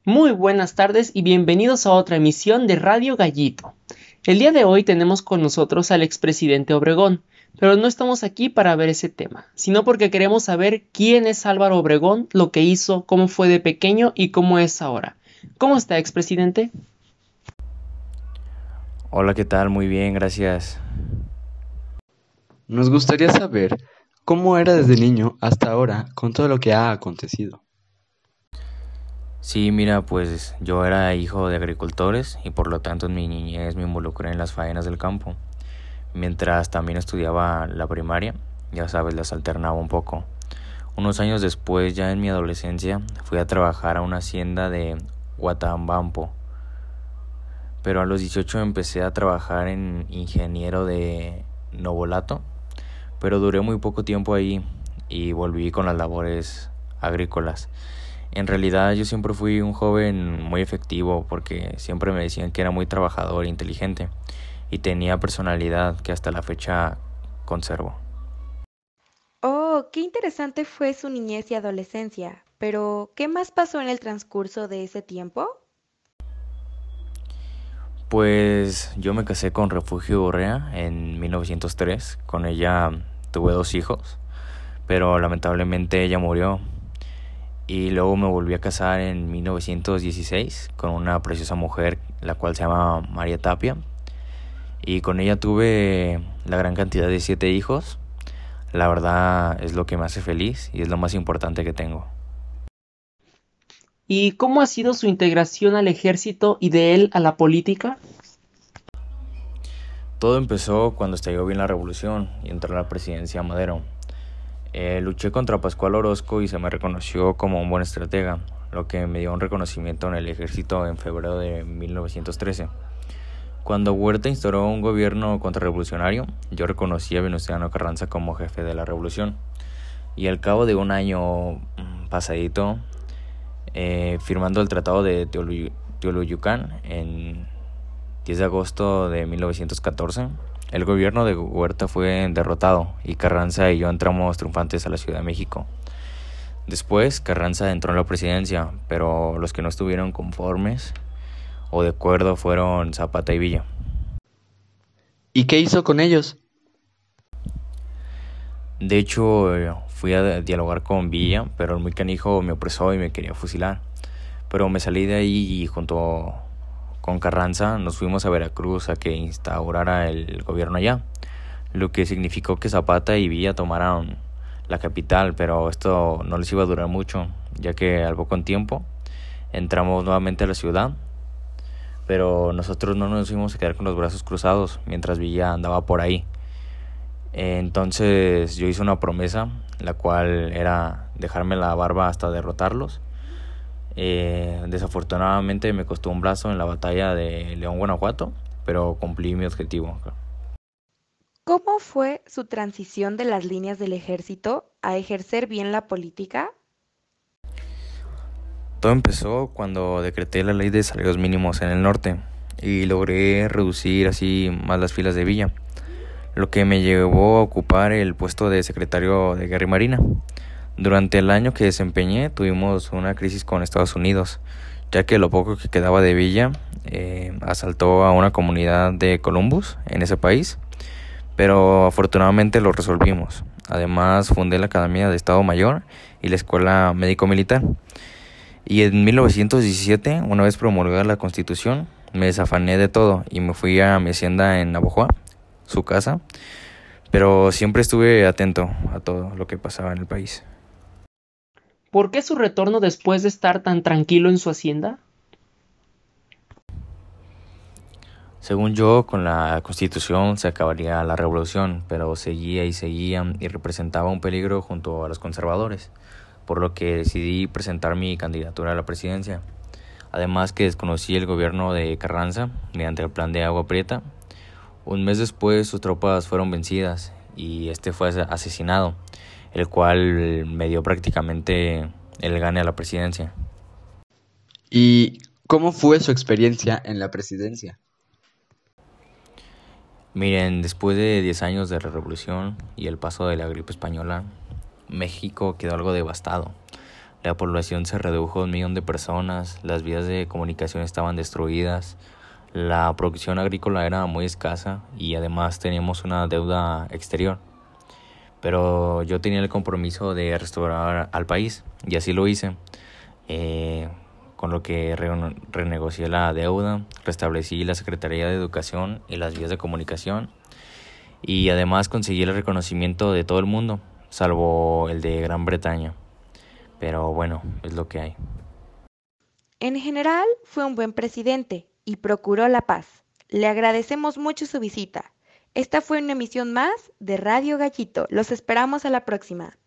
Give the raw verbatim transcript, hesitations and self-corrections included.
Muy buenas tardes y bienvenidos a otra emisión de Radio Gallito. El día de hoy tenemos con nosotros al expresidente Obregón, pero no estamos aquí para ver ese tema, sino porque queremos saber quién es Álvaro Obregón, lo que hizo, cómo fue de pequeño y cómo es ahora. ¿Cómo está, expresidente? Hola, ¿qué tal? Muy bien, gracias. Nos gustaría saber cómo era desde niño hasta ahora con todo lo que ha acontecido. Sí, mira, pues yo era hijo de agricultores y por lo tanto en mi niñez me involucré en las faenas del campo. Mientras también estudiaba la primaria, ya sabes, las alternaba un poco. Unos años después, ya en mi adolescencia, fui a trabajar a una hacienda de Huatabampo. Pero a los dieciocho empecé a trabajar en ingeniero de Novolato, pero duré muy poco tiempo ahí y volví con las labores agrícolas. En realidad yo siempre fui un joven muy efectivo porque siempre me decían que era muy trabajador e inteligente y tenía personalidad que hasta la fecha conservo. Oh, qué interesante fue su niñez y adolescencia. Pero, ¿qué más pasó en el transcurso de ese tiempo? Pues yo me casé con Refugio Urrea en mil novecientos tres. Con ella tuve dos hijos, pero lamentablemente ella murió. Y luego me volví a casar en mil novecientos dieciséis con una preciosa mujer, la cual se llama María Tapia. Y con ella tuve la gran cantidad de siete hijos. La verdad es lo que me hace feliz y es lo más importante que tengo. ¿Y cómo ha sido su integración al ejército y de él a la política? Todo empezó cuando estalló bien la revolución y entró a la presidencia Madero. Eh, luché contra Pascual Orozco y se me reconoció como un buen estratega, lo que me dio un reconocimiento en el ejército en febrero de mil novecientos trece. Cuando Huerta instauró un gobierno contrarrevolucionario, yo reconocí a Venustiano Carranza como jefe de la revolución. Y al cabo de un año pasadito, eh, firmando el Tratado de Teoloyu- Teoloyucan en diez de agosto de mil novecientos catorce, el gobierno de Huerta fue derrotado y Carranza y yo entramos triunfantes a la Ciudad de México. Después, Carranza entró en la presidencia, pero los que no estuvieron conformes o de acuerdo fueron Zapata y Villa. ¿Y qué hizo con ellos? De hecho, eh, fui a dialogar con Villa, pero el muy canijo me opresó y me quería fusilar. Pero me salí de ahí y junto con Carranza nos fuimos a Veracruz a que instaurara el gobierno allá, lo que significó que Zapata y Villa tomaran la capital, pero esto no les iba a durar mucho, ya que al poco tiempo entramos nuevamente a la ciudad, pero nosotros no nos íbamos a quedar con los brazos cruzados mientras Villa andaba por ahí. Entonces yo hice una promesa, la cual era dejarme la barba hasta derrotarlos. Eh, desafortunadamente me costó un brazo en la batalla de León, Guanajuato, pero cumplí mi objetivo. ¿Cómo fue su transición de las líneas del ejército a ejercer bien la política? Todo empezó cuando decreté la ley de salarios mínimos en el norte y logré reducir así más las filas de Villa, lo que me llevó a ocupar el puesto de secretario de Guerra y Marina. Durante el año que desempeñé tuvimos una crisis con Estados Unidos, ya que lo poco que quedaba de Villa eh, asaltó a una comunidad de Columbus en ese país, pero afortunadamente lo resolvimos. Además fundé la Academia de Estado Mayor y la Escuela Médico-Militar. Y en mil novecientos diecisiete, una vez promulgada la Constitución, me desafané de todo y me fui a mi hacienda en Navojoa, su casa, pero siempre estuve atento a todo lo que pasaba en el país. ¿Por qué su retorno después de estar tan tranquilo en su hacienda? Según yo, con la Constitución se acabaría la revolución, pero seguía y seguía y representaba un peligro junto a los conservadores, por lo que decidí presentar mi candidatura a la presidencia. Además que desconocí el gobierno de Carranza mediante el plan de Agua Prieta. Un mes después sus tropas fueron vencidas y este fue asesinado, el cual me dio prácticamente el gane a la presidencia. ¿Y cómo fue su experiencia en la presidencia? Miren, después de diez años de la revolución y el paso de la gripe española, México quedó algo devastado. La población se redujo a un millón de personas, las vías de comunicación estaban destruidas, la producción agrícola era muy escasa y además teníamos una deuda exterior. Pero yo tenía el compromiso de restaurar al país y así lo hice, eh, con lo que re- renegocié la deuda, restablecí la Secretaría de Educación y las vías de comunicación y además conseguí el reconocimiento de todo el mundo, salvo el de Gran Bretaña. Pero bueno, es lo que hay. En general, fue un buen presidente y procuró la paz. Le agradecemos mucho su visita. Esta fue una emisión más de Radio Gallito. Los esperamos a la próxima.